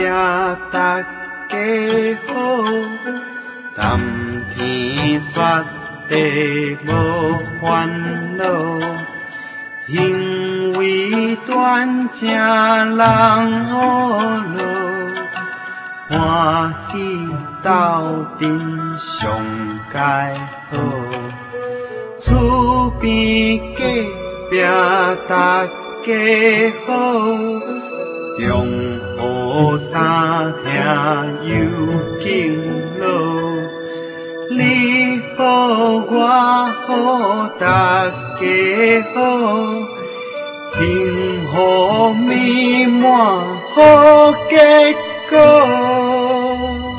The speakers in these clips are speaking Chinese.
大家好，谈天说地无烦恼，行为端正人好路，欢喜斗阵上佳好，厝边隔壁大家好，中好三听又敬老，你好我好大家好，幸福美满好结果。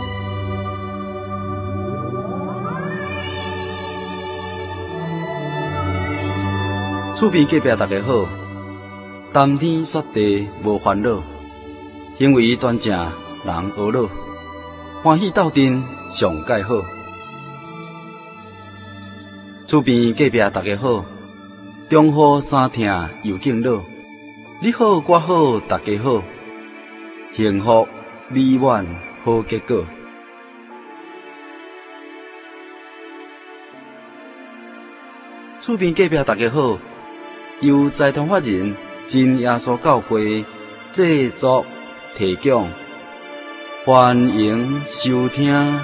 厝边隔壁大家好，谈天说地无烦恼，行为端正人和乐，欢喜斗阵上佳好。厝边隔壁大家好，中好三听又敬老，你好我好大家好，幸福美满好结果。厝边隔壁大家好，由财团法人真耶稣教会制作提供，欢迎收听。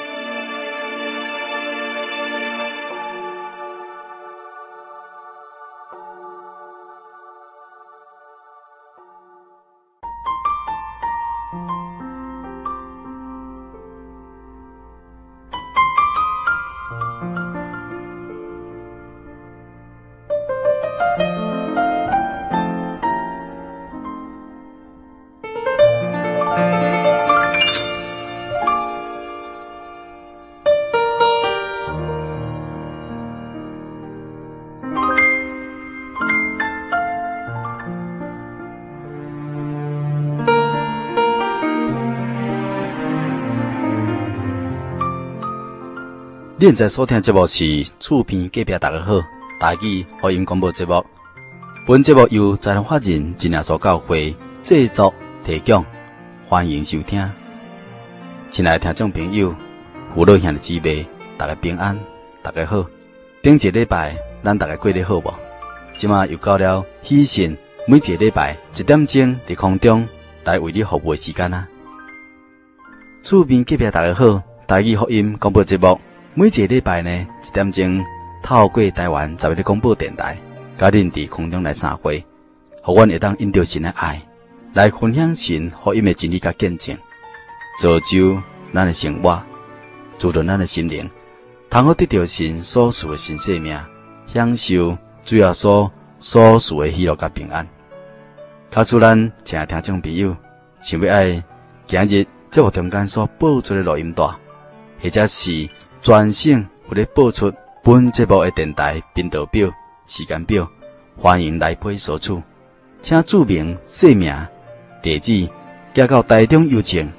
你现在所听节目是厝边隔壁大家好台语福音广播节目。本节目由财团法人真耶稣教会制作提供，欢迎收听。亲爱的听众朋友、父老兄弟姊妹，大家平安，大家好。顶一个礼拜，咱大家过得好无？即马又到了喜讯每一个礼拜1点钟伫空中来为你服务的时间啊！厝边隔壁大家好台语福音广播节目。每一个礼拜呢，1点钟透过台湾11个广播电台，甲恁伫空中来相会，互阮会当因着神的爱，来分享神福音的真理甲见证，造就咱的生活，助润咱的心灵，通好得到神所赐的新生命，享受主要所赐的喜乐甲平安。卡主咱亲爱听众朋友，想要爱今日节目中间所播出的录音带，或者是专省或者播出本节目的电台频道表、时间表，欢迎来配索处，请注明姓名、地址，寄到台中邮政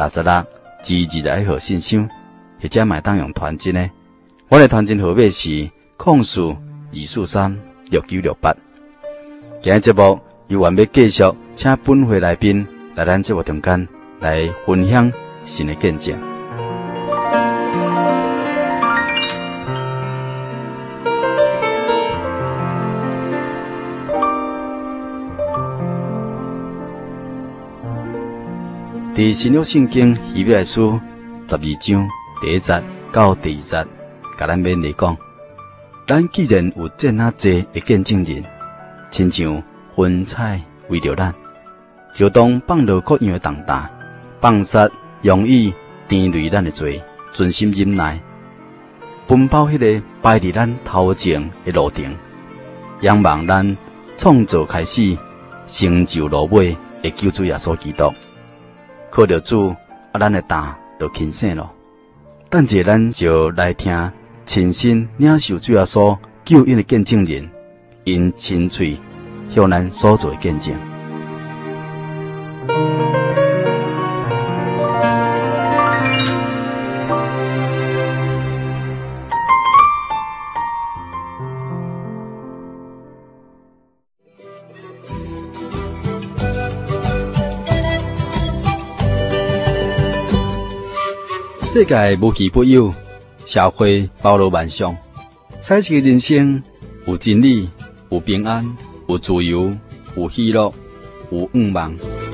662-22号信箱，或者买当用传真的。我的传真号码是04-243-6968。今日节目由原要继续，请本会来宾来咱节目中间来分享神的见证。伫新约圣经希伯来书12章第1节到第2节，甲咱勉励讲：咱既然有这么济的见证人，亲像云彩围着咱，就当放落各样的重担，放下容易纏累咱的罪，专心忍耐，奔跑迄个排伫咱头前的路程，仰望咱创造开始、成就落尾的救主耶稣基督。靠着主，咱的担就轻省咯。等者咱就来听亲身领受主耶稣救恩的见证人，因亲嘴向咱所做的见证。 世界无奇不有，社会包罗万象。彩色的人生有真理，有平安，有自由，有喜乐，有愿望。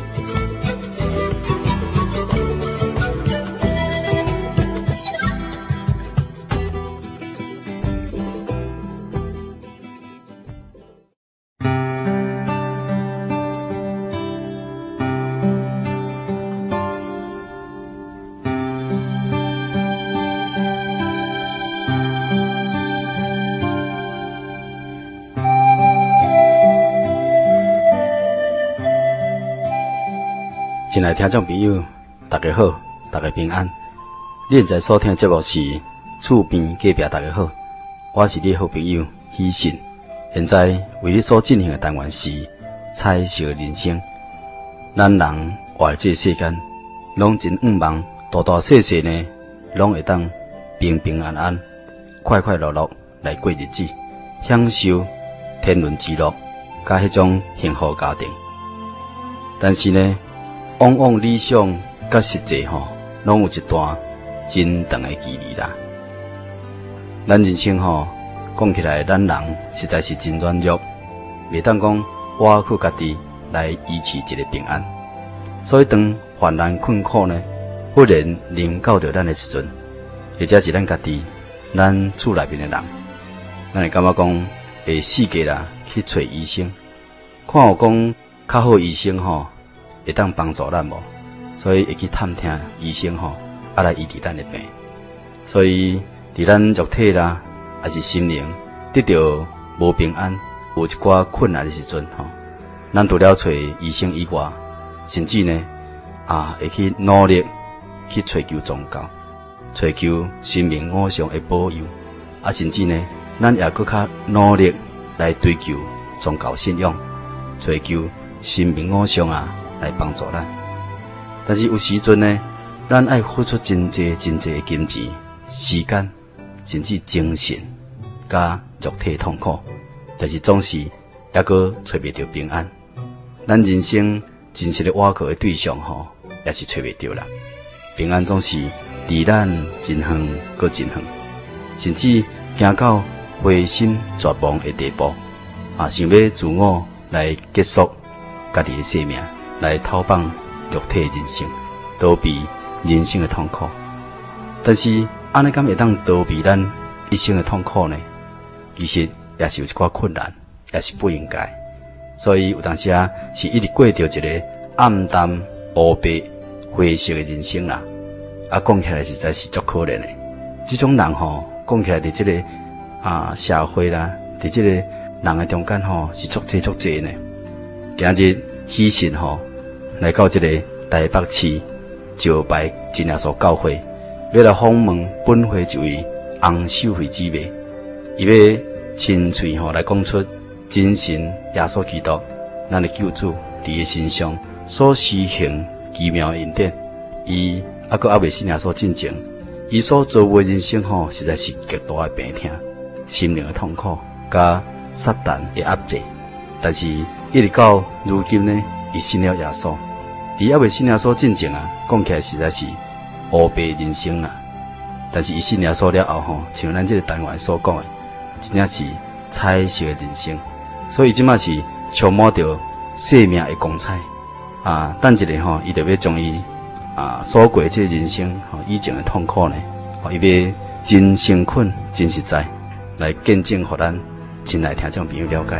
亲爱的听众朋友，大家好，大家平安。你现在所听的节目是厝边隔壁，大家好，我是你的好朋友喜信。现在为你所进行的单元是彩色人生。咱人活在这个世间，拢真愿望大大小小呢，拢会当平平安安、快快乐乐来过日子，享受天伦之乐，甲迄种幸福家庭。但是呢，往往理想甲实际拢有一段真长的距离啦。咱人生讲起来，咱人实在是真软弱，袂当讲我靠家己来维持一个平安。所以当患难困苦呢，忽然临到着咱的时阵，或者是咱家己、咱厝内面的人，咱会感觉讲会四界啦去找医生，看有讲较好医生会当帮助咱无，所以会去探听医生来医治咱的病。所以伫咱肉体啦，还是心灵得到无平安、有一寡困难的时阵咱除了找医生以外，甚至呢会去努力去追求宗教，追求神明偶像的保佑，甚至呢咱也搁较努力来追求宗教信仰，追求神明偶像来帮助咱。但是有时阵呢，咱爱付出真济的金钱、时间，甚至精神甲肉体痛苦，但是总是也搁找袂到平安。咱人生真实的倚靠的对象也是找袂到啦。平安总是离咱真远搁真远，甚至行到灰心绝望的地步，想要自我来结束家己的生命，来逃放肉体的人生，逃避人生的痛苦。但是安尼敢会当逃避咱一生的痛苦呢？其实也是有一寡困难，也是不应该。所以有当时是一直过着一个暗淡乌白灰色的人生啦。讲起来实在是足可怜的。这种人讲起来伫这个社会啦，伫这个人的中间是足济呢。今日喜信来到这个台北市石牌真耶稣教会，要来访问本会一位洪秀慧姊妹，伊要亲嘴来讲出真神耶稣基督咱的救主伫伊身上所施行奇妙的恩典。伊还未信耶稣进前，伊所遭遇人生实在是极大的病痛、心灵的痛苦，甲撒旦的压制。但是一直到如今呢，伊信了耶稣。伫还未信耶稣进前讲起来实在是乌白人生啦。但是伊信耶稣了后像咱这个单元所讲的，真正是彩色的人生。所以即马是充满着生命的光彩等一下伊就要将伊所过这人生以前的痛苦呢伊要真诚恳、真实在来见证，互咱亲爱听众朋友了解。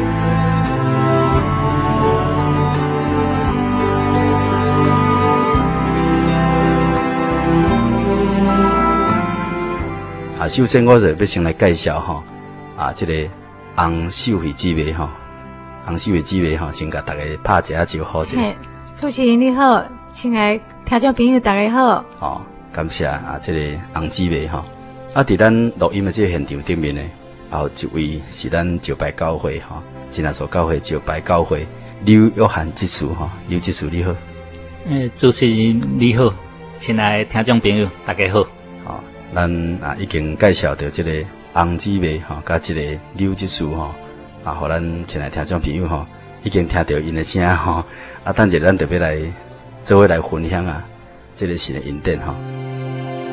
首先我就要先来介绍这个洪秀慧姊妹洪秀慧姊妹先甲大家拍一下招呼者。 主持人你好，亲爱听众朋友大家好。 感谢这个洪姊妹伫咱录音的这个现场顶面呢，还有一位是咱石牌教会真耶稣教会石牌教会刘约翰执事刘执事你好。 主持人你好，亲爱听众朋友大家好。 咱已经介绍到这个洪姊妹甲这个刘执事互咱亲爱听众朋友已经听到因的声等一下咱特别来做伙来分享这个神的恩典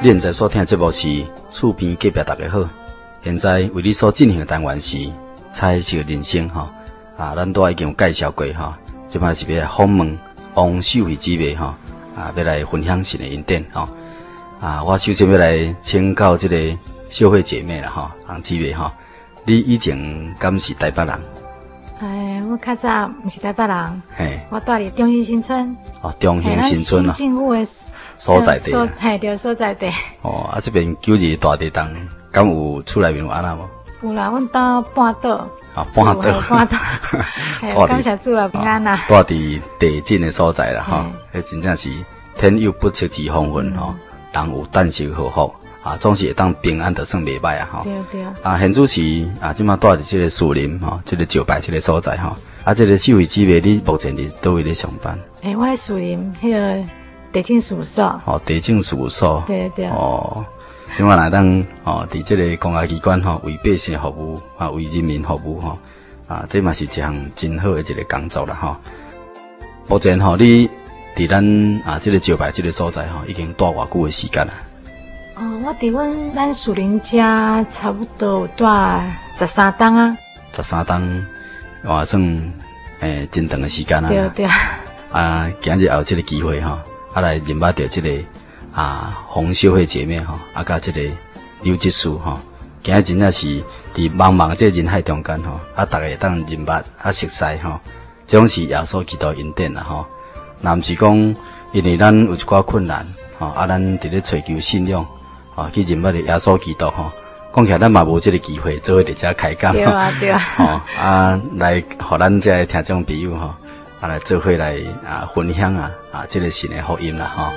现在所听的节目是厝边隔壁大家好，现在为你所进行的单元是彩色人生吼，咱都已经有介绍过吼，即摆是要来访问王秀慧姊妹吼，要来分享神的恩典吼，我首先要来请教这个秀慧姐妹啦吼，王姊妹吼，你以前敢是台北人？ 我较早不是台北人， 嘿， 我住伫中兴新村。 中兴新村啊， 政府的所在地， 对，所在地。 这边九日大地动，敢有厝内面有安那无？ 有啦，阮到半岛。半岛。感谢主啊，平安啦。 住伫地震的所在啦，迄真正是天有不测之风云吼，人有旦夕祸福。总是会当平安，就算袂歹啊！ 对对。 现主是即马住伫这个树林这个石牌这个所在这个秀慧姊妹，你目前伫倒位咧上班？ 我在树林迄个地震事务所。 地震事务所。 对对。 即马来当伫这个公家机关为百姓服务为人民服务这嘛是一项真好的一个工作啦目前你伫咱这个石牌这个所在已经住偌久的时间啦？ 我伫咱树林家差不多有住13冬啊。 13冬，算真长的时间啊。 对对。 今日也有这个机会来认捌到这个洪秀慧姐妹甲这个刘执事今日真正是伫茫茫这人海中间大家会当认捌熟悉这种是耶稣基督恩典啦若毋是讲因为咱有一寡困难咱伫咧追求信仰。去认捌的耶稣基督讲起来咱嘛无这个机会做伙伫遮开讲。 对啊对啊。 来，互咱这听众朋友来做伙来分享这个神的福音啦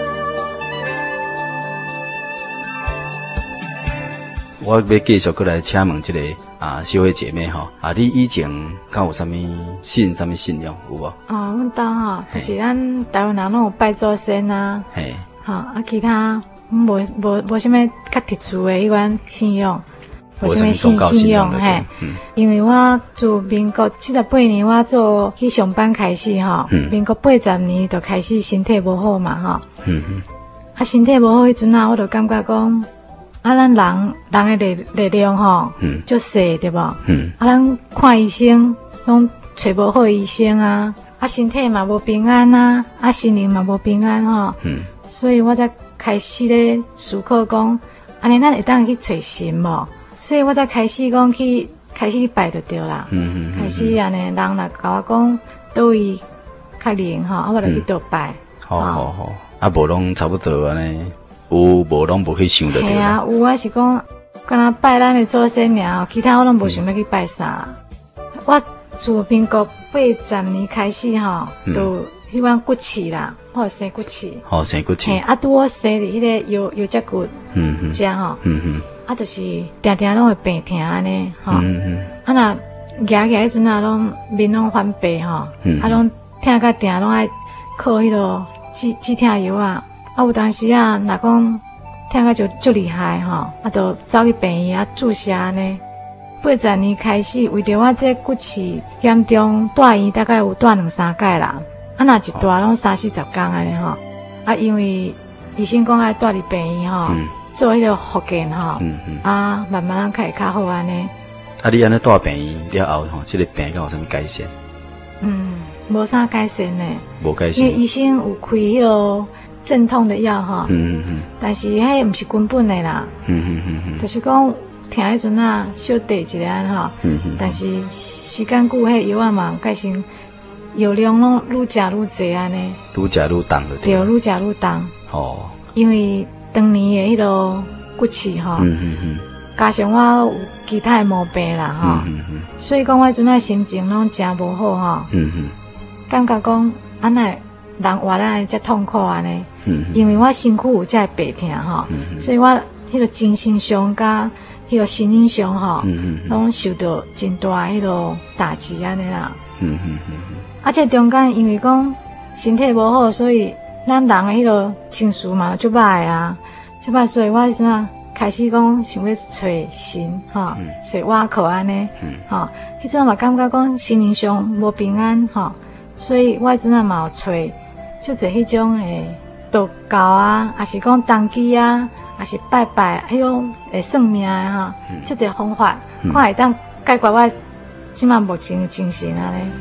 我要继续过来请问这个秀慧姐妹你以前敢有啥物信仰有无？ 阮兜就是咱台湾人拢有拜祖先啊。 嘿。 其他。无什么较特殊的迄款信仰， 无什么信仰嘿。因为我自民国78年我做去上班开始民国80年就开始身体无好嘛身体无好迄阵我就感觉讲咱人的力量足细对无？咱看医生拢找无好医生身体嘛无平安心灵嘛无平安所以我才开始咧思考讲，安尼咱会当去找神无？所以我才开始讲开始拜就对啦。开始安尼人若甲我讲倒位较灵我就去倒拜。 好。无拢差不多安尼，有无拢无去想就对啦。 有我是讲，敢若拜咱的祖先尔其他我拢无想要去拜啥。我自民国80年开始就迄款骨刺啦，我有生骨刺。 生骨刺。 拄我生伫迄个腰脊骨遮就是定定拢会病痛安尼若举迄阵拢面拢反白拢痛甲定拢爱靠迄落止痛药有当时若讲痛甲足厉害就走去病院注射安尼。80年开始，为着我这骨刺严重，住院大概有住2-3届啦。若一住拢30-40天安尼因为医生讲爱住伫病院做迄个复健慢慢开较好安尼。 你安尼住病院了后这个病敢有啥物改善？ 无啥改善呢。 无改善。 因为医生有开迄个镇痛的药但是迄毋是根本的啦。就是讲听迄阵小滴一个安但是时间久，迄药嘛改成。药量拢愈食愈济安尼， 愈食愈重了。 对，愈食愈重。因为当年的迄落骨刺加上我有其他的毛病啦所以讲我迄阵心情拢真无好感觉讲安尼人活咱会遮痛苦安尼因为我身躯有遮白痛所以我迄个精神上甲迄个心灵上拢受到真大迄落打击安尼啦这中间因为讲身体无好，所以咱人的迄个情绪嘛足歹足歹，所以我是开始讲想要找神找倚靠安尼迄阵嘛感觉讲心灵上无平安所以我迄阵嘛有找就这迄种祷告啊，还是讲当机啊，还是拜拜，还有算命的哈，就这方法，看会当解决我即马目前的精神安尼。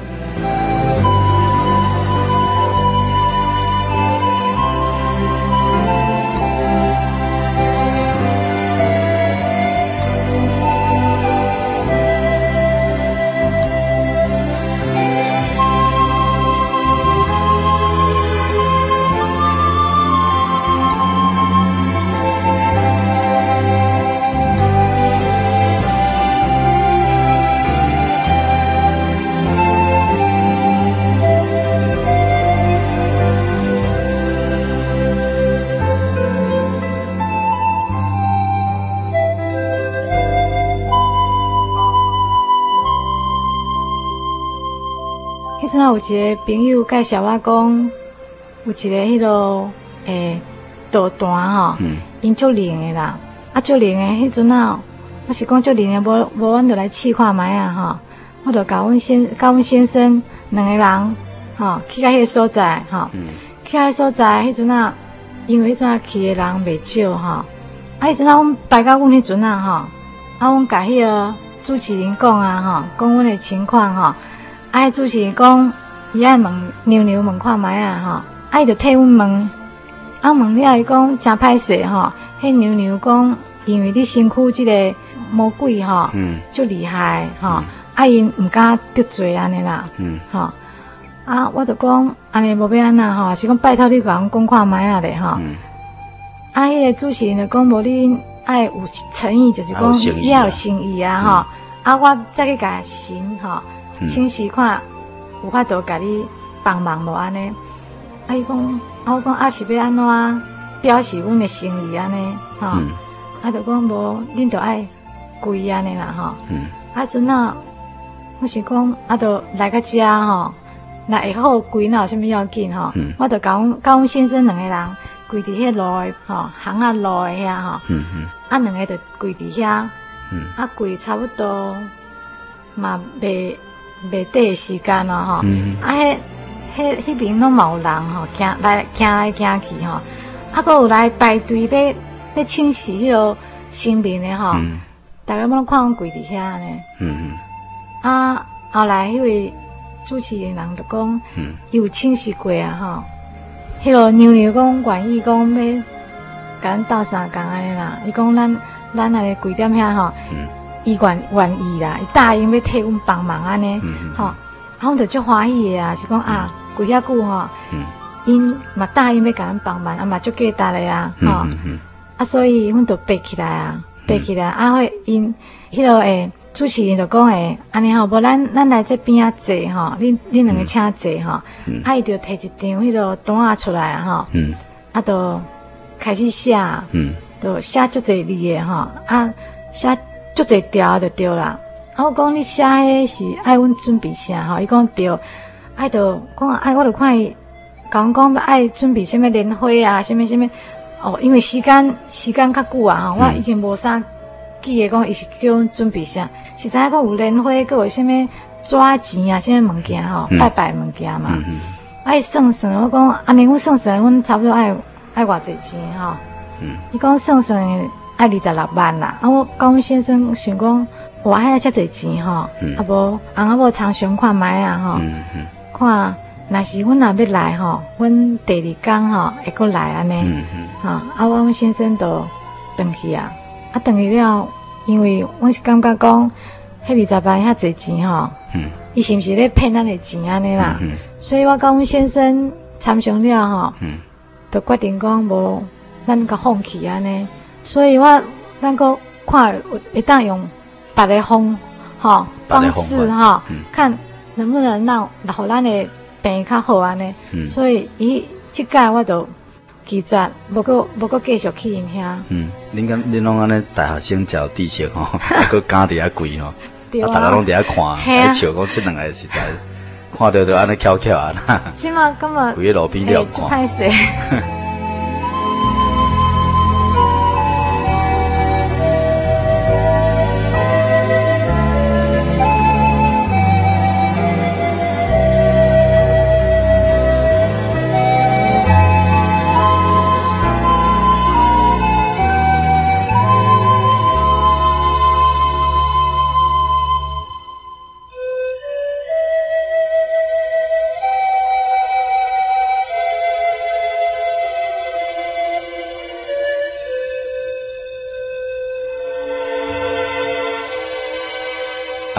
迄阵啊，有一个朋友介绍我讲，有一个迄落导弹吼，因足灵的啦，啊足灵的。迄阵啊，我是讲足灵的，无阮就来试看卖啊吼。我就甲阮先生两个人吼去到迄个所在吼，去到迄所在迄阵啊，因为迄阵啊去的人袂少吼，啊迄阵啊阮排到阮迄阵啊吼，啊阮甲迄个主持人讲啊吼，讲阮的情况吼。啊，主持人讲，伊爱问娘问看卖啊吼，伊就替阮问，问了伊讲真歹势吼，迄娘讲，因为你身躯即个魔鬼吼，足厉害吼，因毋敢得罪安尼啦，吼，我就讲安尼无要安那吼，是讲拜托你甲阮讲看卖啊咧吼，迄个主持人就讲无你爱有诚意，就是讲你要有诚意啊吼，我再去甲神吼。请示看有法度甲你帮忙无安尼？伊讲，我讲是要安怎表示阮的心意安尼吼？就讲无，恁就爱跪安尼啦吼。阵啊，我是讲就来个遮吼，若会好跪哪有啥物要紧吼？我就甲阮先生两个人跪伫迄路的吼，巷仔路的遐吼。两个就跪伫遐，跪差不多嘛袂短时间咯吼，迄边拢嘛有人吼，行来行去吼，阁有来排队要请示迄落新面的吼，大家拢看阮跪伫遐呢。后来迄位主持人就讲，伊有请示过啊吼，迄落娘讲愿意讲要甲咱斗相共安尼啦，伊讲咱安尼跪踮遐吼。伊愿意啦，伊答应要替阮帮忙安尼，吼，阮就足欢喜的啊，是讲跪遐久吼，因嘛答应要甲咱帮忙，嘛足价值的啊，吼，所以阮就爬起来啊，会因迄落主持人就讲安尼吼，无咱来这边啊坐吼，恁两个请坐吼，伊就摕一张迄落单仔出来啊吼，就开始写，就写足侪字的吼，写。足侪条就对啦，我讲你写迄是爱阮准备啥吼？伊讲对，就讲我就看伊讲爱准备什么莲花啊，什么因为时间较久啊吼，我已经无啥记得讲伊是叫阮准备啥，是知影讲有莲花，佮有什么纸钱啊，什么物件吼，拜物件嘛，算，我讲安尼，阮算，阮差不多爱偌济钱吼，伊讲算。爱26万啦，我甲阮先生想讲，哇，遐遮侪钱吼，无翁某常常看卖啊吼，看若是阮若要来吼，阮第二天吼会阁来安尼，我阮先生就转去啊，转去了，因为阮是感觉讲，迄20万遐侪钱吼，伊是毋是咧骗咱的钱安尼啦？所以我甲阮先生参详了吼，就决定讲无，咱甲放弃安尼。所以咱个看会当用别个方式看能不能让咱的病较好安尼。所以即届我就拒绝，无个继续去因遐。 恁拢安尼大学生才有知识吼，还敢伫遐跪吼，大家拢伫遐看，喺笑讲即两个实在看到安尼翘啊， 即马根本跪喺路边了看。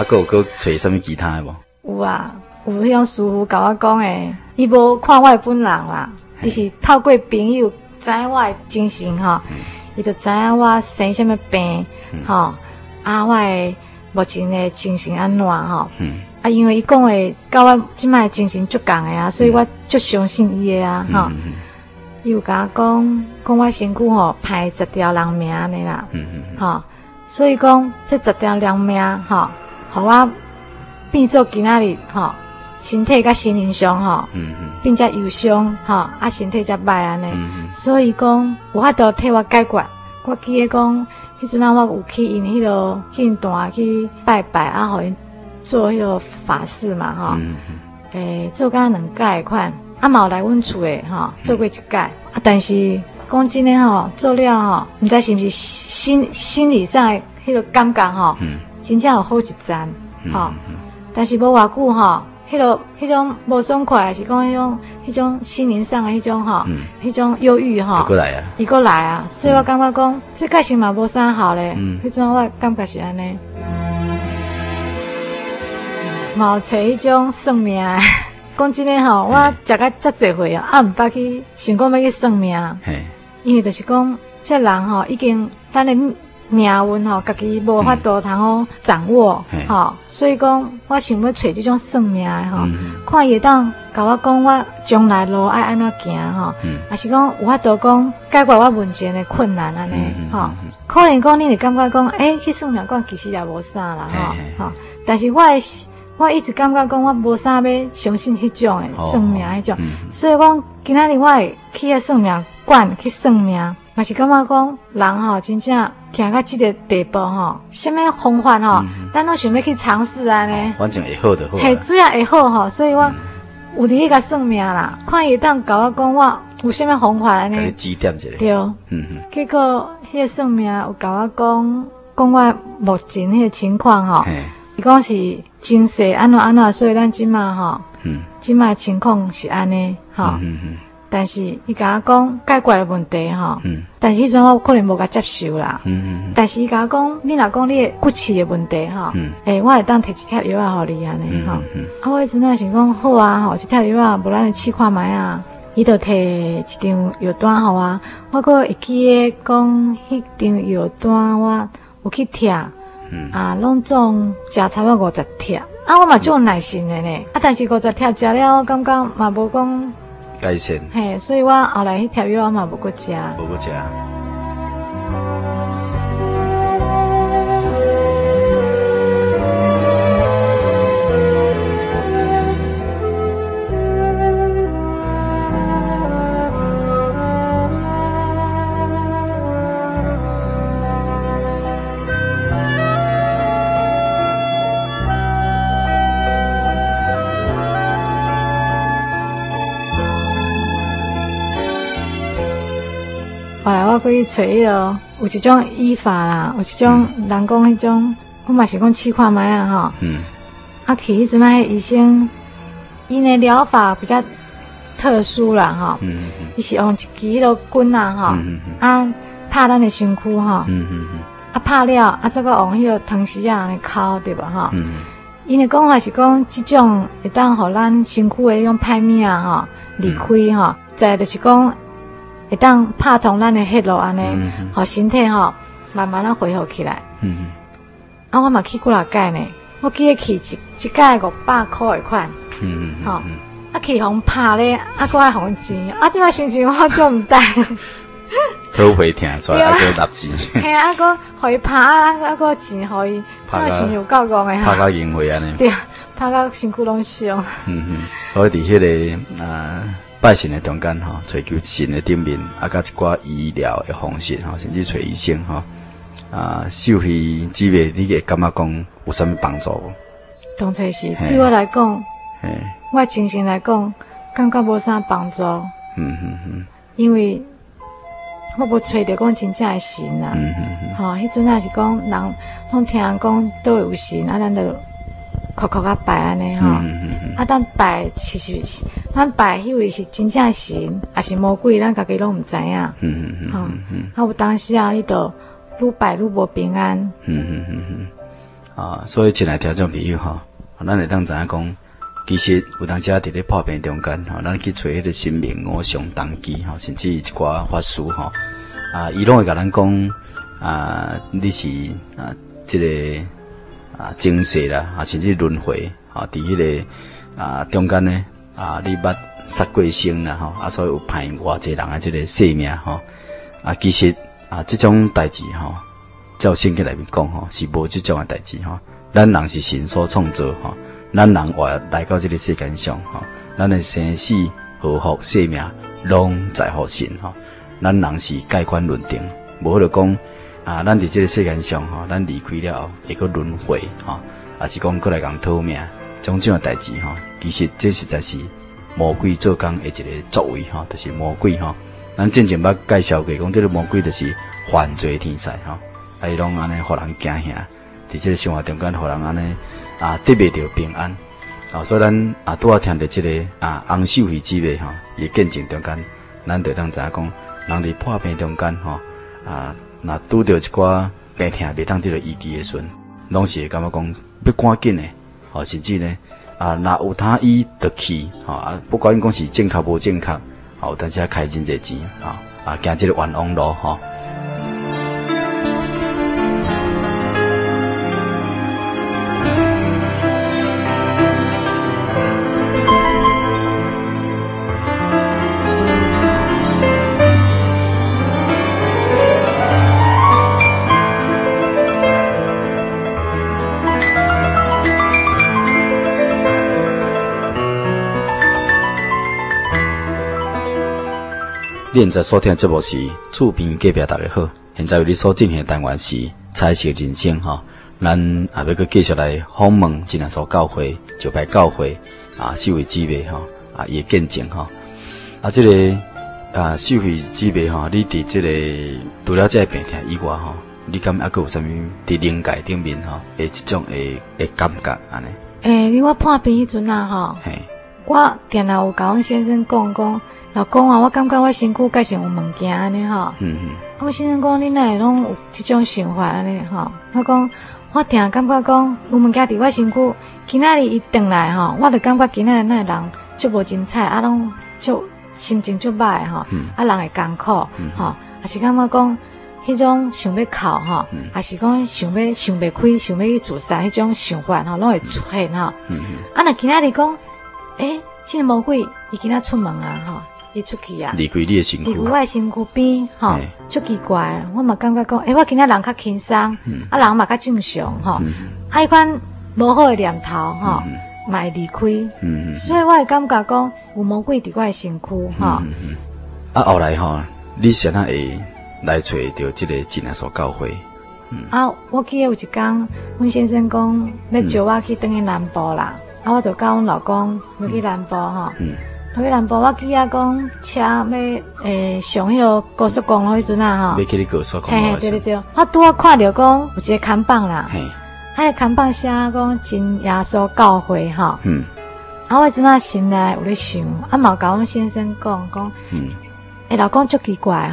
还有找什么其他的无？ 有啊，有迄种师傅甲我讲诶，伊无看我本人啦，伊是透过朋友知影我诶精神吼，伊就知影我生什么病吼，我诶目前诶精神安怎吼，因为伊讲诶，甲我即摆精神足共诶啊，所以我足相信伊诶啊吼。伊有甲我讲我身躯吼歹10条人命安尼啦，吼，所以讲这10条人命吼，互我变做今仔日吼，身体甲心灵上吼，变遮忧伤吼，身体则歹安尼，所以讲有法度替我解决。我记得讲，迄阵我有去因迄落因段去拜拜，互因做迄落法事嘛吼，做甲2届款。嘛有来阮厝诶吼，做过1届，但是讲真诶吼，做了吼，毋知是毋是心理上诶迄个感觉吼，真正有好一站吼，但是无偌久吼，迄种无爽快，还是讲迄种心灵上诶迄种吼，迄种忧郁吼，伊过来啊，所以我感觉讲，这个是嘛无啥好咧，迄种我感觉是安尼，嘛有找迄种算命。讲真诶吼，我食甲遮侪岁啊，毋捌去想讲要去算命，因为就是讲，这人吼已经咱诶命运吼，家己无法度通好掌握吼，所以讲我想要找这种算命诶吼，看伊会当甲我讲我将来路爱安怎行吼，还是讲有法度讲解决我目前诶困难安尼吼，可能讲你会感觉讲，去算命讲其实也无啥啦吼，但是我一直感觉讲我无啥要相信迄种诶算命迄种，所以讲今仔日我会去个算命馆去算命，嘛是感觉讲人吼真正行到这个地步吼，什么方法吼，咱都想要去尝试安尼， 反正会好就好， 主要会好吼，所以我有伫迄个算命啦，看伊当甲我讲我有什么方法安尼， 指点一下， 对，结果迄个算命有甲我讲我目前迄个情况吼。伊讲是真势安怎，所以咱即马吼，即马情况是安尼吼，但是伊甲我讲解决的问题吼，但是迄阵我可能无甲接受啦，但是伊甲我讲，你若讲你骨气的问题吼，我会当摕一帖药仔互你安尼吼，我迄阵仔想讲好啊吼，一帖药仔无咱试看卖啊，伊就摕一张药单互我，我阁会记得讲迄张药单我有去贴。拢总食差不多50帖，我嘛足有耐心的呢。但是50帖食了，我感觉嘛无讲改善。 所以我后来迄帖药我嘛无搁食。后来我过去找迄个，有一种医法啦，有一种人讲迄种，我嘛是讲试看卖啊吼。去迄阵迄医生，因的疗法比较特殊啦吼。伊是用一支迄个棍啊吼，拍咱的身躯吼。拍了，再个用迄个汤匙安尼敲对吧吼。因的讲法是讲，即种会当互咱身躯的迄种歹物啊吼离开吼，再就是讲。会当拍通咱的血路安尼，互身体吼慢慢啊恢复起来。我嘛去几啊届呢，我记得去一届500块的款。去互拍咧，搁爱互钱，即摆心情我就毋知。 讨回听出来，还搁纳钱。 搁互伊拍，搁钱互伊，即摆心情有够戆的。 拍到淫秽安尼。 对，拍到身躯拢伤。 所以伫迄个拜神的中间吼，找求神的顶面，甲一寡医疗的方式吼，甚至找医生吼，受气滋味，你会感觉讲有啥物帮助无？ 当然是，对我来讲，我精神来讲，感觉无啥帮助。因为我无找着讲真正的神啊。迄阵也是讲人拢听人讲都有神，咱就哭啊拜安尼吼。咱拜其实咱拜迄位是真正神，还是魔鬼，咱家己拢毋知影。有当时啊，你都愈拜愈无平安。 所以亲爱听众朋友咱会当知影讲，其实有当时伫咧破病中间咱去找迄个神明五常当机甚至一寡法师伊拢会甲咱讲你是这个前世啦甚至轮回伫迄个中间呢你捌杀过生啦所以有骗偌济人这个性命其实这种代志照圣经内面讲是无这种的代志咱人是神所创造咱人活来到这个世间上咱的生死祸福性命拢在乎神咱人是盖棺论定，无就讲咱伫这个世间上咱离开了后会个轮回还是讲过来共讨命，种种的代志其实这实在是魔鬼做工的一个作为就是魔鬼咱之前捌介绍过，讲这个魔鬼就是犯罪天使伊拢安尼互人惊吓，伫这个生活中间互人安尼得袂着平安所以咱拄仔听到这个洪秀慧姊妹伊见证中间，咱就当知影讲，人伫破病中间若拄着一寡病痛袂当得到医治的时阵，拢是会感觉讲要赶紧的甚至呢若有他医得去不管讲是正确无正确但是开真侪钱行这个冤枉路你现在所听的节目是厝边隔壁大家好，现在为你所进行的单元是彩色人生咱也要继续来访问真耶稣教会石牌教会秀慧姊妹伊的见证这个秀慧姊妹你伫这个除了这个病痛以外你敢还有啥物伫灵界顶面的这种的感觉安尼？ 你我破病迄阵我定定有甲阮先生讲老公我感觉我身躯介像有物件安尼我先生讲你哪会拢有这种想法安尼我讲我定感觉讲有物件伫我身躯，今仔日伊转来我就感觉今仔日那人足无精彩拢足心情足歹人会艰苦也是感觉讲迄种想要哭也是讲想袂开想要去自杀迄种想法拢会出现若今仔日讲这个魔鬼伊今仔出门伊出去离开你的身躯， 离开我的身躯边足奇怪我嘛感觉讲我今仔人较轻松人嘛较正常迄款无好的念头嘛会离开所以我会感觉讲有魔鬼伫我的身躯后来你是哪会来找到这个真耶稣教会我记得有一天阮先生讲要招我去转去南部啦我就甲阮老公要去南部落去南部我记得讲车要上迄个高速公路迄阵要去你高速公路对我拄看到讲有一个看板啦迄个看板写讲真耶稣教会我迄阵心内有咧想嘛有甲阮先生讲老公足奇怪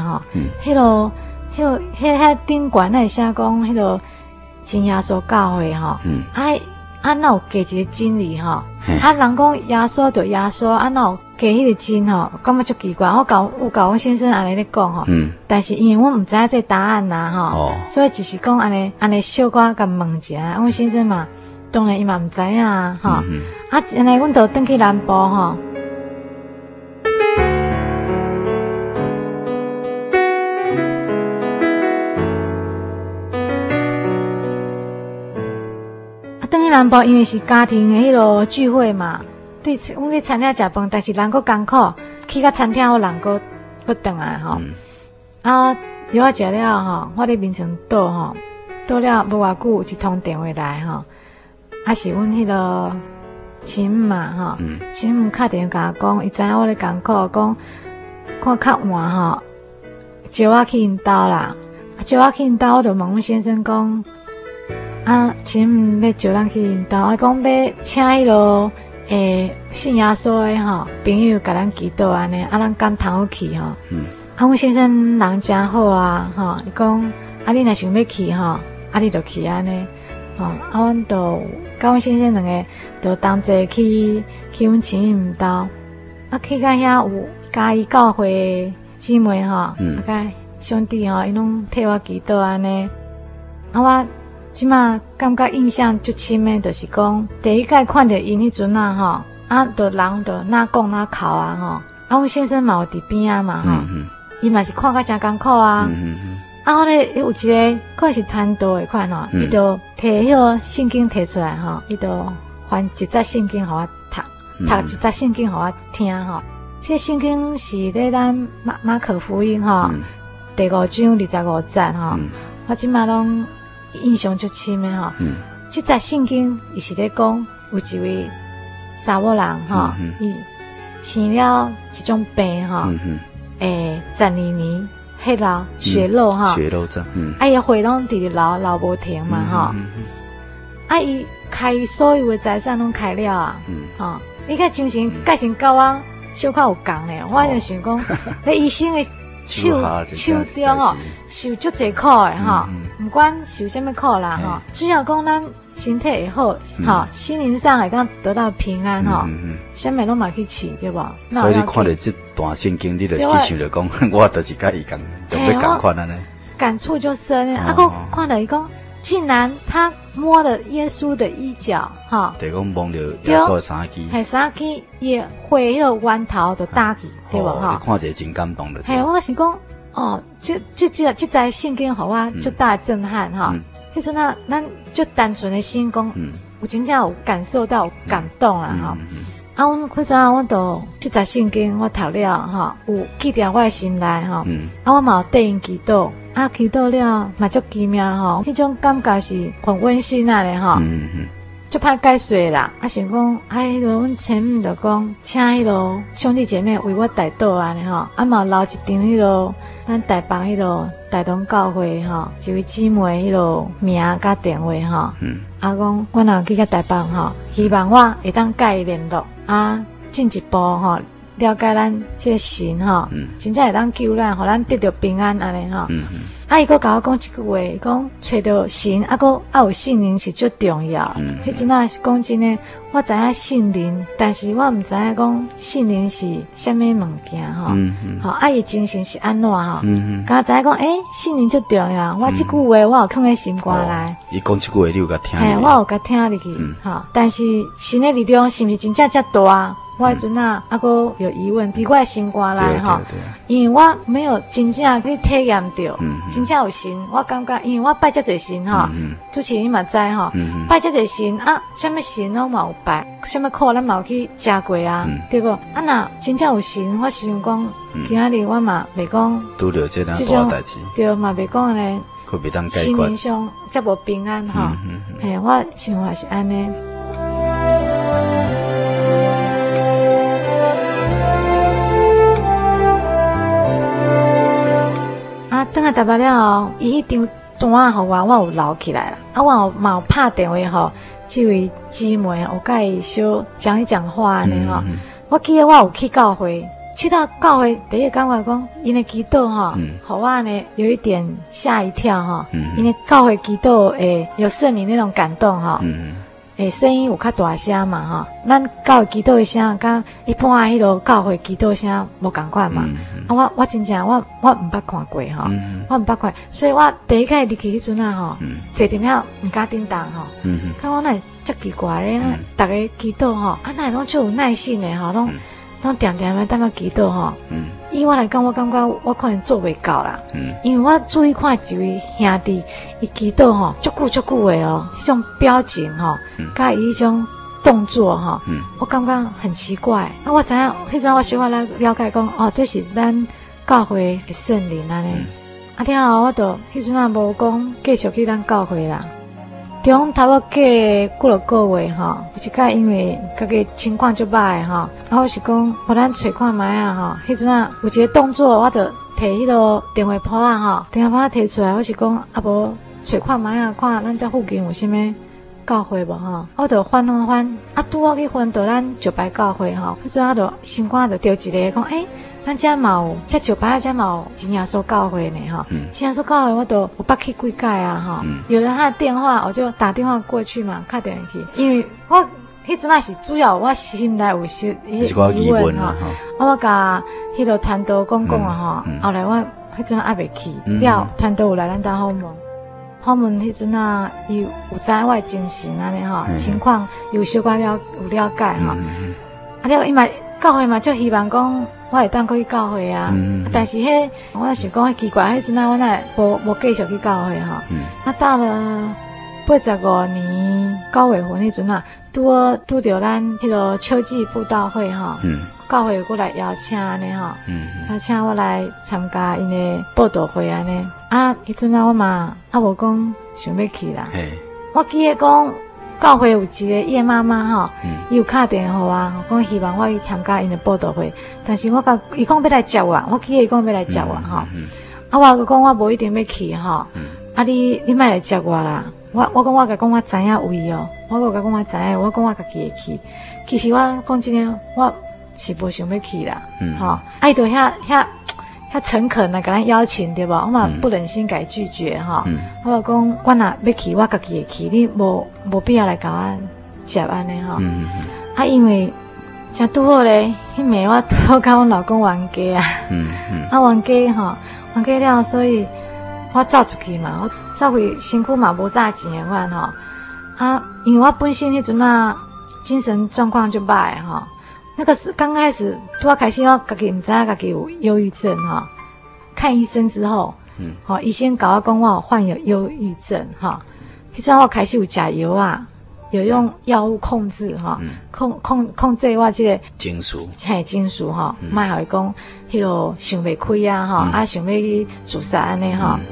迄顶悬会写讲迄个真耶稣教会哪有加一个真字人讲耶稣就耶稣哪有加迄个真感觉足奇怪我甲阮先生安尼咧讲但是因为我毋知影这答案所以只是讲安尼小可甲问一下阮先生嘛当然伊嘛毋知影安尼阮就转去南部转去南部因为是家庭的迄个聚会嘛对阮去餐厅食饭但是人佫艰苦去到餐厅人佫转来药我食了我伫眠床倒了无偌久有一通电话来是阮迄个亲嘛亲母敲电话甲我讲伊知影我咧艰苦讲看较晚招我去因兜啦招我去因兜我就问阮先生讲亲母要招咱去因兜我讲要请迄个信耶稣的朋友甲咱祈祷安尼咱敢通去阮先生人真好伊讲你若想要去你就去安尼阮就甲阮先生两个就同齐去阮亲因兜，去到遐有嘉义教会姊妹甲兄弟因拢替我祈祷安尼。我即马感觉印象最深的，就是讲第一届看到因迄阵就人就哪讲哪哭阮先生嘛有伫边啊嘛伊嘛是看甲真艰苦啊。我咧有一个可能是传道的款伊就摕迄个圣经摕出来伊就翻一节圣经互我读一节圣经互我听这圣经是咧咱马可福音第5章25节我即马拢印象最深的这节圣经伊是咧讲有一位查某人伊生了一种病12年。迄老血肉血肉症， 伊血拢直直流无停嘛伊开所有的财产拢开了你看精神个性甲我小可有共咧，我就想讲，咧医生的手中受足济苦的不管受什么苦啦只要讲咱身体会好心灵上会当得到平安什么拢嘛去试对无？ 所以你看到这段圣经，你就去想着讲，我就是甲伊共要共款安尼， 感触就深个看到伊讲，竟然他摸了耶稣的衣角得讲摸着耶稣的衫旗， 衫旗也血迄个源头就打去对无你看者真感动了。 我想讲这在圣经互我足大震撼迄阵咱就单纯的心讲有真正有感受到有感动阮迄阵我都这节圣经我读了有记在我的心内我嘛有对因祈祷祈祷了嘛足奇妙迄种感觉是很温馨咧足歹解释啦想讲迄落阮前面就讲请迄落兄弟姐妹为我代祷安尼嘛留一张迄落咱台北迄落台东教会一位姊妹迄落名甲电话讲我若去到台北希望我会当甲伊联络进一步了解咱这个神真正会当救咱，互咱得到平安安尼伊佫甲我讲一句话，讲找到神佫有圣灵是最重要。迄阵是讲真诶，我知影圣灵，但是我毋知影讲圣灵是啥物物件伊精神是安怎敢知影讲圣灵最重要。我即句话我有放在心肝内。 伊讲即句话你有甲听？ 我有甲听入去但是神诶力量是毋是真正遮大？我迄阵佫有疑问，伫我的心肝内因为我没有真正去体验到，真正有神。我感觉，因为我拜遮侪神主持人你嘛知拜遮侪神什么神拢嘛有拜，什么苦咱嘛有去食过对无？若真正有神，我想讲，今仔日我嘛袂讲拄着这种大代志， 对嘛袂讲安尼， 可袂当解决， 心灵上则无平安我想法是安尼。等下台北了伊迄张单互我有留起来啦。我嘛有拍电话互这位姊妹，有甲伊小讲一讲话安尼我记得我有去教会，去到教会第一感觉讲，因的祈祷互我呢有一点吓一跳因为教会祈祷有圣灵那种感动声音有较大声嘛咱教会祈祷的声甲一般迄落教会祈祷声无共款嘛我真正我毋捌看过我毋捌看，所以我第一届入去迄阵坐伫遐毋敢叮当看我那足奇怪咧，逐个祈祷那拢足有耐心的拢点点的等下祈祷以我来讲，我感觉我可能做袂到啦因为我注意看一位兄弟伊祈祷足久的迄种表情甲伊迄种动作我感觉很奇怪我知影迄阵我小可来了解讲这是咱教会的圣灵安尼了后我就迄阵无讲继续去咱教会啦中差不多过几落个月有一届因为家己情况足歹我是讲互咱找看卖迄阵有一个动作我就摕迄个电话簿电话簿摕出来我是讲无找看卖看咱这附近有啥物教会无吼，我就翻，拄好去翻到咱石牌教会吼，迄阵我就心肝就着一个讲，咱遮嘛有，遮石牌遮嘛有真耶稣教会呢吼，真耶稣教会我都有捌去几届啊吼，有了他的电话，我就打电话过去嘛，打电话去，因为我迄阵也是主要我心内有些疑问吼，我甲迄个团队讲啊吼，后来我迄阵还袂去，了团队有来咱兜访问迄阵啊，伊有知我的精神安尼吼，情况有小可了解吼，了伊嘛教会嘛就希望讲我会当去教会啊，但是我想讲奇怪，迄阵啊我哪无继续去教会吼，到了85年9月份迄阵啊，拄着咱迄个秋季布道会吼，教会过来邀请安尼吼，邀请我来参加因的布道会安尼，迄阵啊我嘛无讲想要去啦，我记得讲教会有一个叶妈妈吼，伊有打电话啊，讲希望我去参加因的布道会，但是我甲伊讲要来接我，我记得伊讲要来接我吼，我讲我无一定要去吼，你莫来接我啦。我讲我知影位哦，我甲讲我知影，我讲我家己会去。其实我讲真诶，我是无想要去啦，吼，伊就遐诚恳啊，甲咱邀请对无？我嘛不忍心甲拒绝吼。我讲我若要去，我家己会去，你无必要来甲我接安尼吼。因为真拄好咧，迄暝我拄好甲阮老公冤家啊，冤家吼，冤家了，所以我走出去嘛，我走去身躯嘛无早钱诶款吼，因为我本身迄阵啊精神状况就歹吼，那个是刚开始拄开始我家己毋知影家己有忧郁症吼，看医生之后，医生甲我讲我有患有忧郁症吼，迄阵我开始有食药啊，有用药物控制吼，控制我这个情绪， 情绪吼，莫互伊讲迄落想袂开啊吼，想要去自杀安尼吼。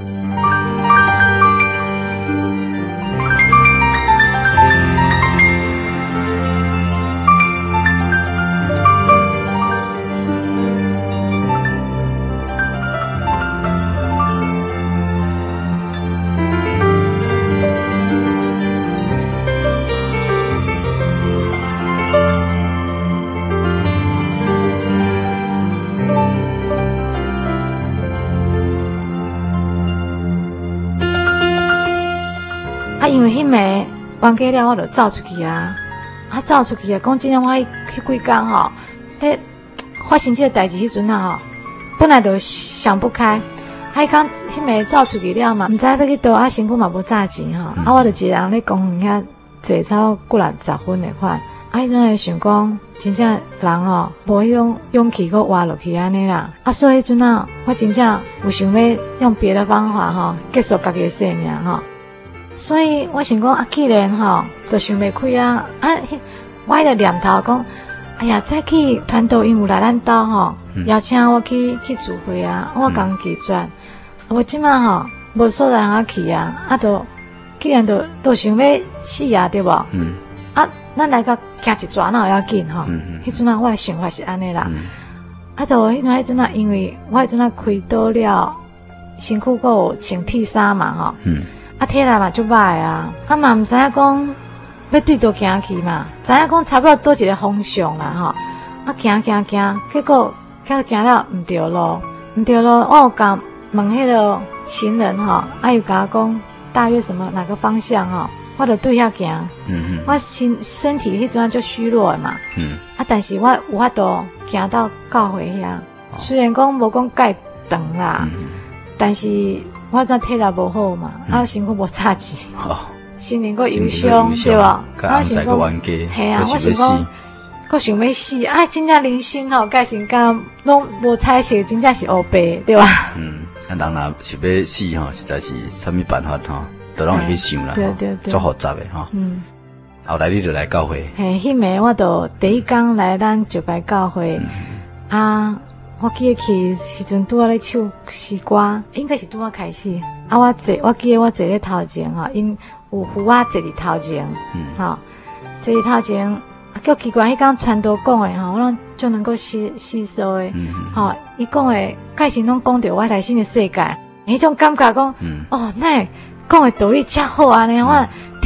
因为迄暝冤家了，我就走出去啊！走出去啊！讲真诶，我迄几工吼，发生这个代志迄阵啊吼，本来就想不开。迄工迄暝走出去了嘛，毋知要去倒，身躯嘛无早钱吼。我就一个人咧公园遐坐超过60分诶款。迄阵会想讲，真正人吼无迄种勇气搁活落去安尼啦。所以迄阵啊，我真正有想要用别的方法吼，结束家己诶生命吼。所以我想讲既然吼，就想袂开啊！我迄个念头讲，哎呀，再去团队因有来咱兜吼，邀请我去聚会啊，我讲拒绝。我即摆吼无所在通去啊，既然都想要死啊，对无？咱来个行一转哪有要紧吼？迄阵啊，我的想法是安尼啦。迄阵啊，因为我迄阵啊开刀了，身躯还有穿铁衫嘛吼。体力嘛就歹啊，嘛毋知影讲要对倒行去嘛，知影讲差不多倒一个方向啦吼。行，结果行了毋对路，我有甲问迄个行人吼，又甲我讲大约哪个方向吼，我就对遐行。我身体迄阵就虚弱嘛。但是我有法度行到教会遐，虽然讲无讲介长啦，但是。我阵体力无好嘛，身躯无早钱，心灵阁忧伤，对无？ 身躯冤家， 系啊，我想讲，阁想要死，真正人生吼，介成间拢无彩色，真正是黑白，对吧？ 人若想要死吼，实在是啥物办法吼，都拢会去想啦， 对， 足复杂的吼。后来你就来教会， 迄暝我就第一天来咱石牌教会，我记得去时阵拄仔咧唱诗歌，应该是拄仔开始。我记得我坐咧头前吼，因有扶我坐伫头前，坐伫头前，叫奇怪，迄天传道讲诶吼，我拢就能够吸收诶，伊讲诶，介是拢讲着我内心诶世界，迄种感觉讲，那讲诶道理遮好安尼，我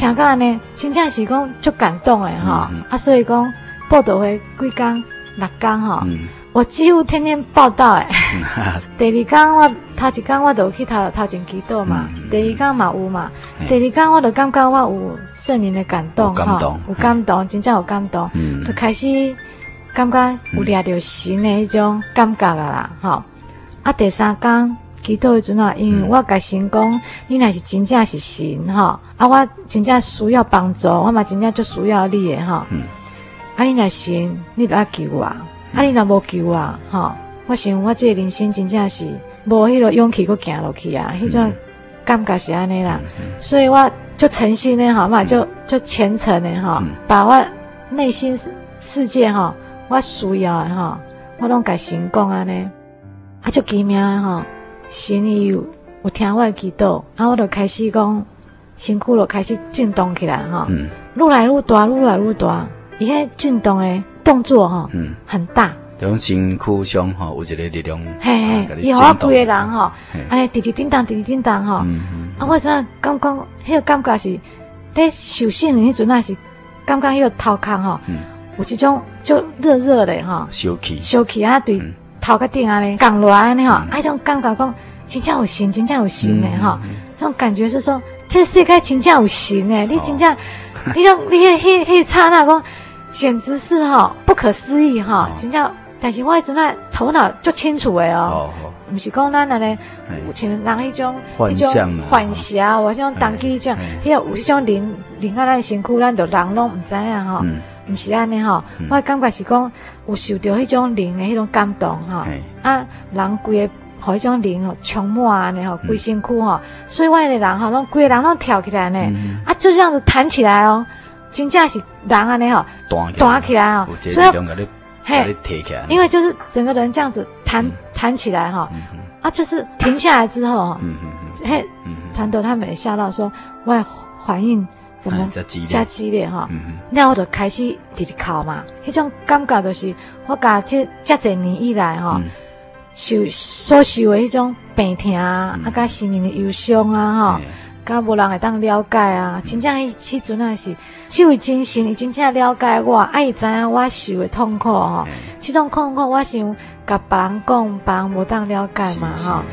听到呢，真正是讲足感动诶哈。所以讲报道会几天6天哈，我几乎天天报道诶。第2天我头一天我就去头前祈祷嘛，第2天嘛有嘛，第2天我就感觉我有圣灵的感动哈，有感动，真正有感动，就开始感觉有抓到神的迄种感觉啦哈。第3天祈禱的陣啊，因為我甲神講，你若是真正是神吼，我真正需要幫助，我嘛真正就需要你的吼。你若神，你就要救我；你若無救我，吼，我想我這個人生真正是無迄個勇氣去行落去啊，迄種感覺是安尼啦。所以我就誠心的吼嘛，就虔誠的吼，把我內心世界吼，我需要的吼，我攏甲神講安尼，就奇妙的吼。神伊有聽我的祈禱，然後我就開始講，身軀就開始震動起來哈，愈來愈大，愈來愈大，伊迄震動的動作哈，很大。 種身軀上吼有一個力量， 嘿，伊互我規個人吼，安尼滴滴叮當，滴滴叮當吼，我真感覺迄個感覺是，咧受聖靈迄陣啊是感覺迄個頭殼吼，有一種就熱熱的吼，燒氣啊對。頭殼頂安尼降落來安尼吼，迄種感覺講真正有神，真正有神誒吼，那種感覺是說，這世界真正有神誒，你真正，你迄剎那講，簡直是吼不可思議吼，真正，但是我迄陣啊頭腦足清楚誒哦，毋是講咱安尼，有像人迄種幻想，或種當機迄種，迄個有迄種靈啊咱身軀，咱就人攏毋知影吼。毋是安尼吼，我感覺是講有受到迄種靈的迄種感動吼，人規個互迄種靈吼充滿安尼吼，規身軀吼，所以我的人吼，攏規個人攏跳起來呢，就這樣子彈起來哦，真正是人安尼吼，彈起來哦，所以嘿，因為就是整個人這樣子彈起來吼，就是停下來之後，嘿，團隊他們也嚇到說，我反應。怎麼加激烈哈？然後我就開始直直哭嘛，迄種感覺就是我甲這儕年以來哈，所受的迄種病痛啊，甲心靈的憂傷啊，甲無人會當了解啊，真正迄陣啊是，這位真神伊真正了解我，伊知影我受的痛苦吼，這種痛苦我想甲別人講，別人無當了解嘛哈。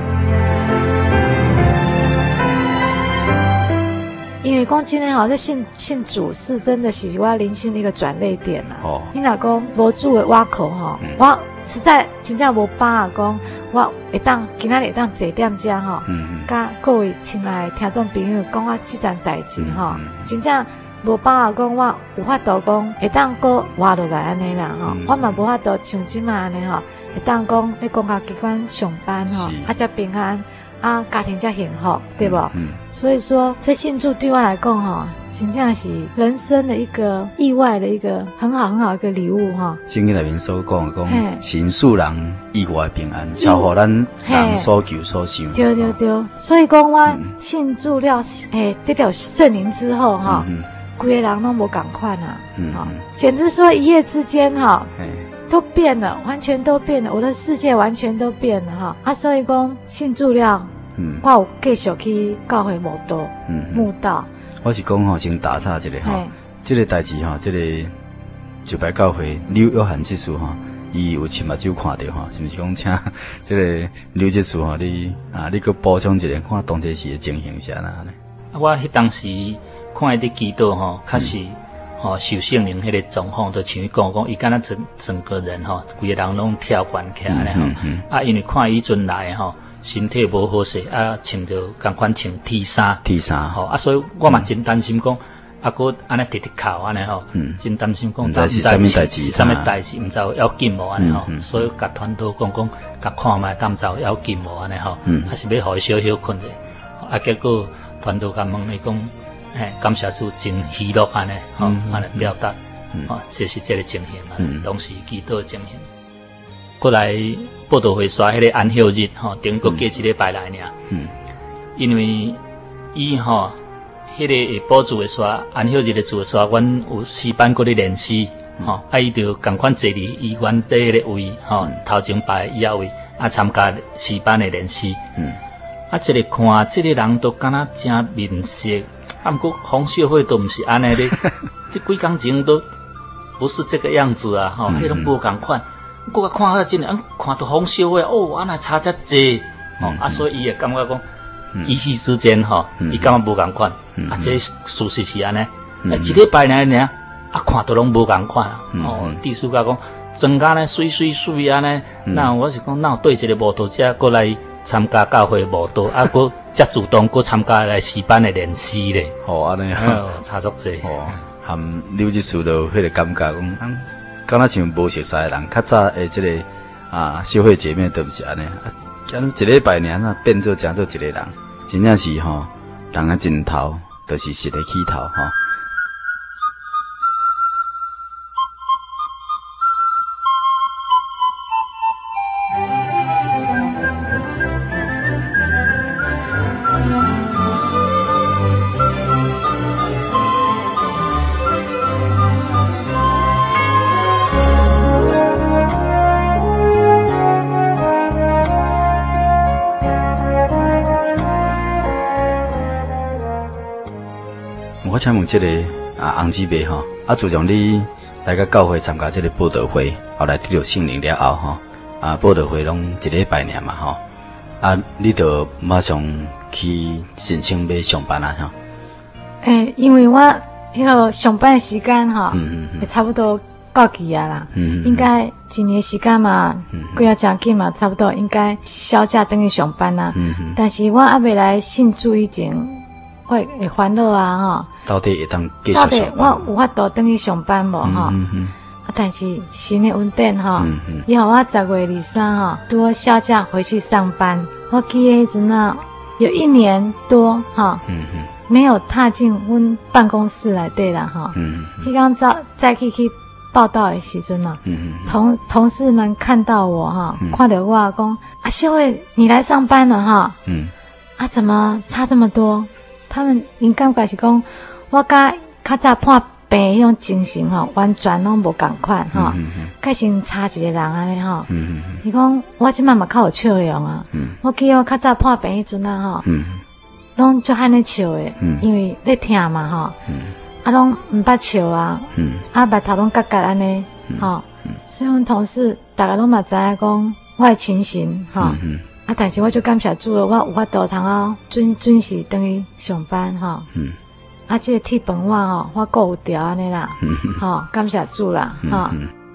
因為講真的吼，這信主是真的是我人生的一個轉捩點啦。你若講無主的瓦口吼，我實在真正無把握講，我會當今仔日會當坐踮遮吼，甲各位親愛的聽眾朋友講我這件代志吼，真正無把握講我有法度講會當擱活落來安尼啦吼，我嘛無法度像即馬安尼吼，會當講喺公家機關上班吼，才平安。家庭才幸福，對不？所以說，這信主對我來講，哈，真正是人生的一個意外的一個很好很好一個禮物，哈。聖經裡面所講的講，神使人意外平安，超乎咱人所求所想。對。所以講我信主了，得到聖靈之後，哈，規個人都無同款啊，簡直說一夜之間，哈。都變了，完全都變了，我的世界完全都變了哈。所以講信主了，我有繼續去教會慕道。 我是講吼，先打岔一個哈，這個代志哈，這個就白教會劉約翰這書哈，伊有親目睭看到哈，是不是講請這個劉這書哈，你擱補充一個，看當時的情形是安怎呢？ 我迄當時看伊伫祈禱吼，確實。受聖靈迄個狀況，就像伊講，伊敢若整個人吼，規個人攏跳懸起來吼。因為看伊陣來吼，身體無好勢，穿着共款穿T衫吼，所以我嘛真擔心講，閣安尼直直哭安尼吼，真擔心講， 是啥物代志， 毋知有要緊無安尼吼，所以甲團隊講，甲看覓，敢知有要緊無安尼吼，是要互伊小小困者，結果團隊甲問伊講。感謝主真喜樂安尼，吼，安尼表達，這是這個情形嘛，當時祈禱的情形。過來報道會刷迄個安息日，吼，等於過幾禮拜來爾。因為伊吼，迄個補助的刷安息日的主刷，阮有詩班過咧練習，吼，伊就共款坐佇醫院底迄個位，吼，頭前排椅仔位，參加詩班的練習。 啊，一个看这个人都敢若真面色，啊，不过黄秀慧都不是安尼的，这几工前都不是这个样子啊，吼，迄种无共款。我看到真诶，看到黄秀慧哦，安尼差遮济，哦，啊，所以伊会感觉讲，一夕之间吼，伊感觉无共款，啊，这事实是安尼，一礼拜尔，啊，看到拢无共款啊，哦，意思讲，装甲呢水安尼，那我是讲，那有对一个舞蹈者过来参加教会舞蹈，啊，佫遮主动佫参加来诗班的练习咧， 哦，安尼， 差足济， 哦，含刘志树都迄个感觉讲，敢若像无熟悉的人，较早诶，这个小慧姐妹都毋是安尼，啊，今一礼拜尔那变做真做一个人，真正是吼，人啊尽头都是实个起头吼。我请问这个洪姊妹吼，自从你来到教会参加这个布道会，后来得到圣灵了后吼，布道会拢一礼拜尔嘛吼，你就马上去申请要上班啊吼。 因为我迄个上班的时间吼，也差不多到期啊啦，应该一年时间嘛，过啊真紧嘛，差不多应该休假等于上班啦。但是我还未来信主以前。会烦恼啊吼， 到底会当继续上班？到底我有法度等于上班无吼？但是新的稳定吼，以后我10月23吼，拄好休假回去上班。我记得迄阵啊，有1年多哈，没有踏进阮办公室内底啦哈。迄刚再去报道的时阵啊，同事们看到我哈，看到我讲秀慧你来上班了哈，怎么差这么多？他们因感觉是讲，我甲较早破病迄种精神吼，完全拢无共款吼，改成差一个人安尼吼。伊讲我即摆嘛较有笑容啊，我记得我较早破病迄阵啊吼，拢就安尼笑的，因为咧疼嘛吼，拢毋捌笑啊，目头拢角角安尼吼，所以阮同事大家拢嘛知影讲我的情形吼。但是我就感谢主了，我有法度通啊准时等于上班吼。这个铁饭碗吼，我顾有调安尼啦，吼，感谢主啦，吼。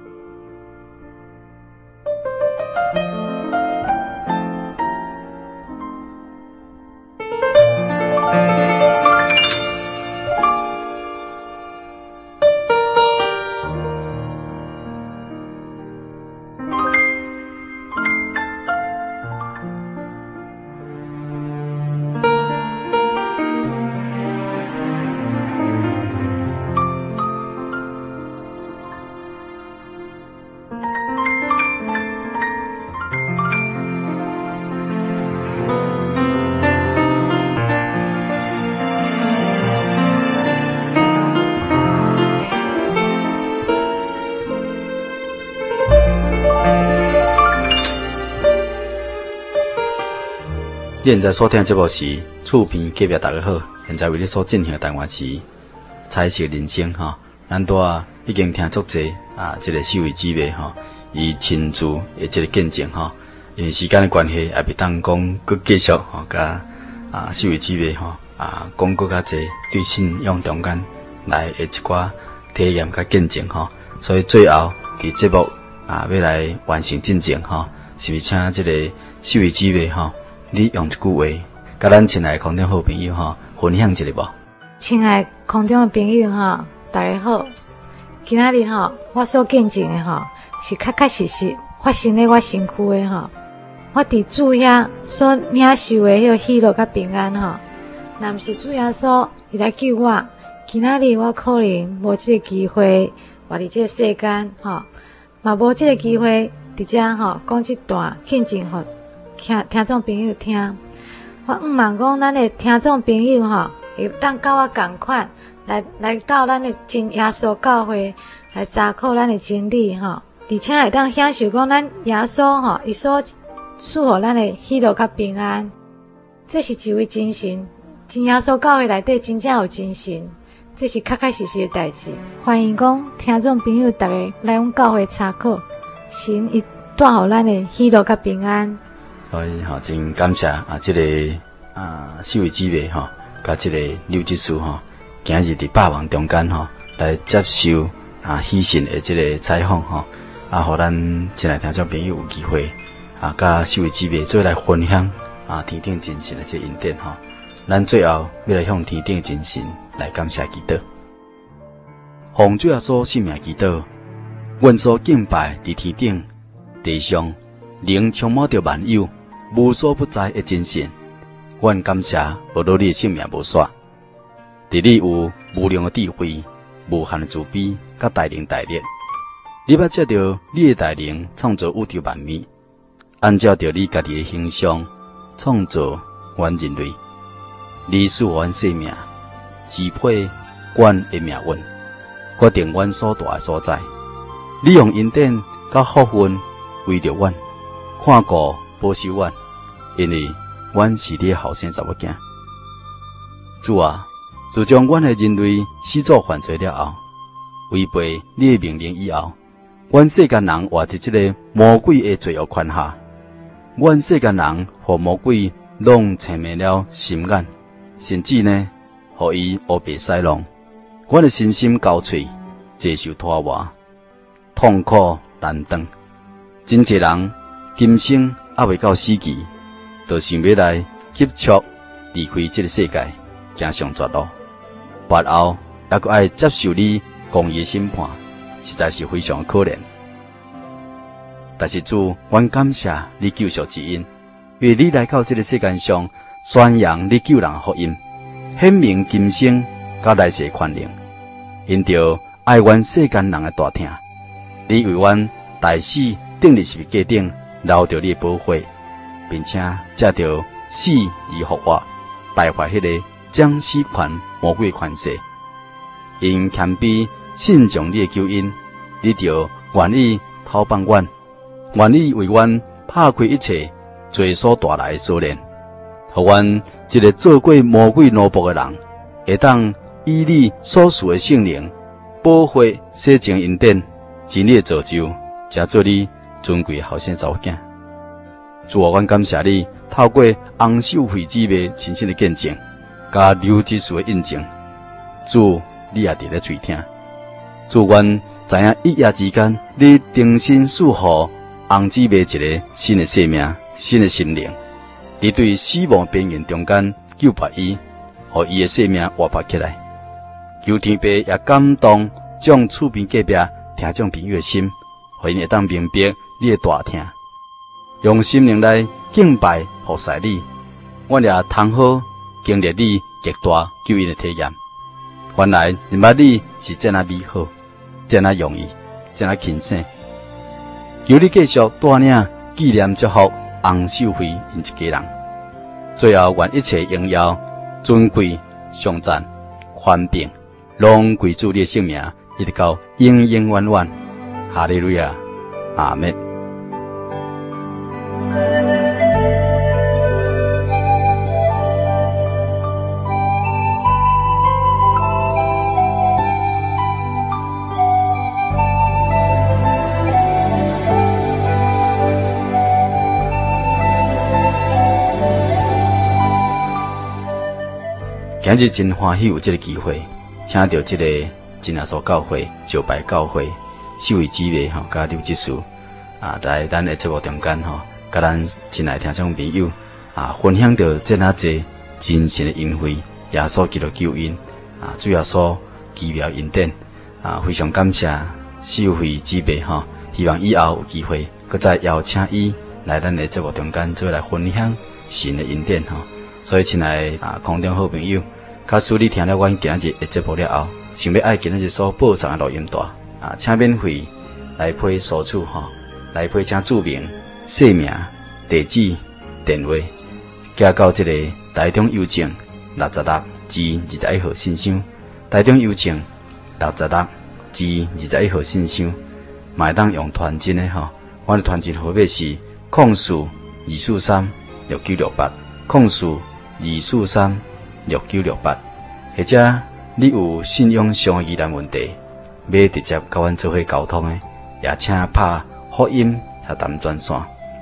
你现在所听的节目是厝边隔壁大家好，现在为你所进行的单元是彩色人生哈。咱都已经听足济这个秀慧姊妹哈，伊亲自的这个见证哈。因为时间的关系，也袂当讲佮继续哈，甲秀慧姊妹哈讲佮较济对信仰中间来的一寡体验甲见证哈。所以最后伫节目要来完成进程哈，是不是请这个秀慧姊妹哈？你用一句话，甲咱亲爱的空中好朋友哈分享一下无？ 亲爱的空中的朋友哈，大家好。今仔日哈，我所见证的哈，是确实发生在我身躯的哈。我伫主遐所领受的迄个喜乐甲平安哈，若毋是主耶稣伊来救我，今仔日我可能无这个机会活伫这个世间哈，嘛无这个机会伫遮哈讲这段见证吼。听众朋友听，我望讲咱的听众朋友吼，会当甲我共款来到咱的真耶稣教会来查考咱的真理吼，而且会当享受讲咱耶稣吼，伊所赐予咱的喜乐甲平安。 这是一位真神，真耶稣教会内底真正有真神，这是确确实实的代志。欢迎讲听众朋友大家来阮教会参考，神伊带予咱的喜乐甲平安。 所以真感谢这个四位姊妹甲这个刘执事今日伫百忙中间来接受喜讯的这个采访互咱进来听众朋友有机会甲四位姊妹做来分享天顶真神的这恩典咱最后要来向天顶真神来感谢祈祷，奉主耶稣圣名祈祷，阮所敬拜伫天顶地上灵充满着万有无所不在的真神，阮感谢无论你的性命无煞，伫你有无量的智慧、无限的慈悲甲大能大力，你捌借着你的大能创造宇宙万物，按照着你家己的形象创造阮人类，你赐阮生命，支配阮的命运，决定阮所住的所在。你用恩典甲福分为着阮，看顾保守阮，因为阮是你的后生查某囝。主啊，自从阮的人类始祖犯罪了后，违背你的命令以后，阮世间人活伫这个魔鬼的罪恶权下，阮世间人互魔鬼拢沉迷了心眼，甚至呢，互伊乌白西弄，阮的身心交瘁，接受拖磨，痛苦难当。真侪人今生还未到死期，就想要来急速离开这个世界，行上绝路，别后还阁爱接受你公义的审判，实在是非常可怜。但是主，阮感谢你救赎之恩，因为你来到这个世界上，宣扬你救人的福音，显明今生甲来世权能，因着爱阮世间人的大疼，你为阮大死定立是价顶，留着你的保护，并且借着死而复活，败坏迄个将死权魔鬼权势。因谦卑信从你的救恩，你就愿意投放阮，愿意为阮拍开一切罪所带来的锁链，互阮一个做过魔鬼奴仆的人，会当以你所赐的圣灵保护洗净恩典，尽力造就，才做你尊贵后生查某囝。主啊，阮感谢你透过洪秀慧姊妹亲身的见证，甲刘执事的印证，主你也伫咧垂听。主，阮知影一夜之间，你定心赐予洪姊妹一个新的生命、新的心灵，你对死亡边缘中间救拔伊，互伊的生命活泼起来。求天父也感动将厝边隔壁听众朋友的心，互因会当明白你的大听，用心灵来敬拜服侍你。阮也通好经历你极大救恩的体验。原来认捌你是这样美好，这样容易，这样轻省。求你继续带领纪念祝福洪秀慧因一家人。最后，愿一切荣耀、尊贵、颂赞、宽饼，拢归主你的性命，一直到永永远远。哈利路亚，阿们。今日真欢喜有这个机会，请到这个真耶稣教会、石牌教会四位姊妹甲刘执事来咱的节目中间甲咱亲爱听众朋友分享到这哪济真神的恩惠，耶稣基督救恩主耶稣奇妙恩典非常感谢四位姊妹希望以后有机会，搁再邀请伊来咱的节目中间做来分享神的恩典所以，亲爱空中好朋友，假使你听了阮今日的节目了后，想要爱今日所播送的录音带请免费来配索取来配请注明姓名、地址、电话，寄到这个台中邮政66至21号信箱，台中邮政66至21号信箱，嘛会当用传真的阮的传真号码是04243696680424369668 2436968，或者你有信仰上疑难问题，要直接甲阮做伙沟通的，也请拍福音洽谈专线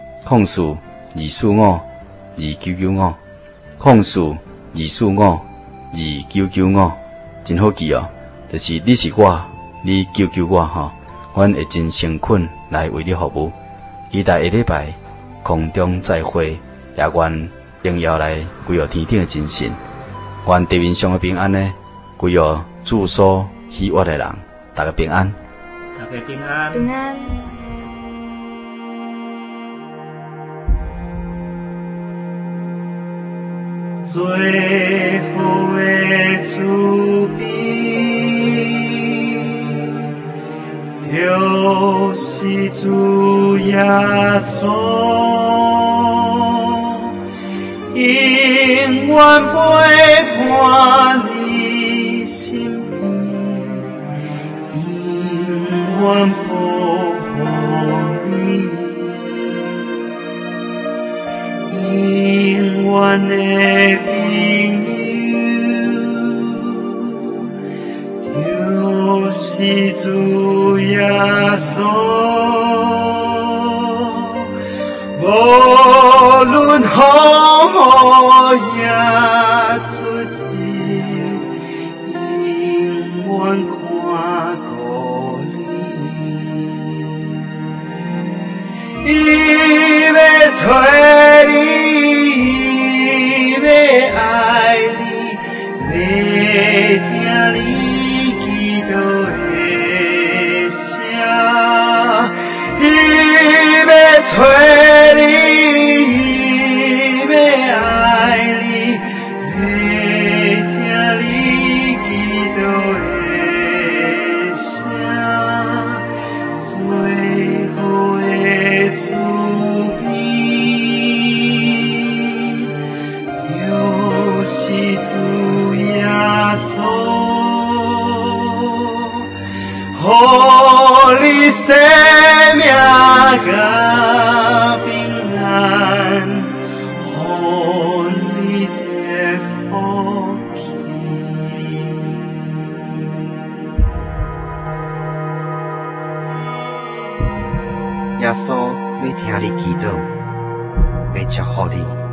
，0424452995，0424452995，真好记哦。就是你是我，你救我吼，阮会真诚恳来为你服务。期待下礼拜空中再会，也愿荣耀来归予天顶的真神，愿地面上的平安呢，归予住所喜悦的人。大家平安， 大家平安， 平安。 最好的慈悲，就是主耶稣，永远陪伴你身边，永远保护你，永远的朋友，就是主耶稣。无论风雨也出现，永远看顾你。伊要找你，伊要爱你，要听你祈祷的声。伊要找你，要爱你，要听你祈祷的声。最好的慈悲，就是主耶稣，予你生命甲平安，予你得福气。耶稣要听你祈祷，要祝福你。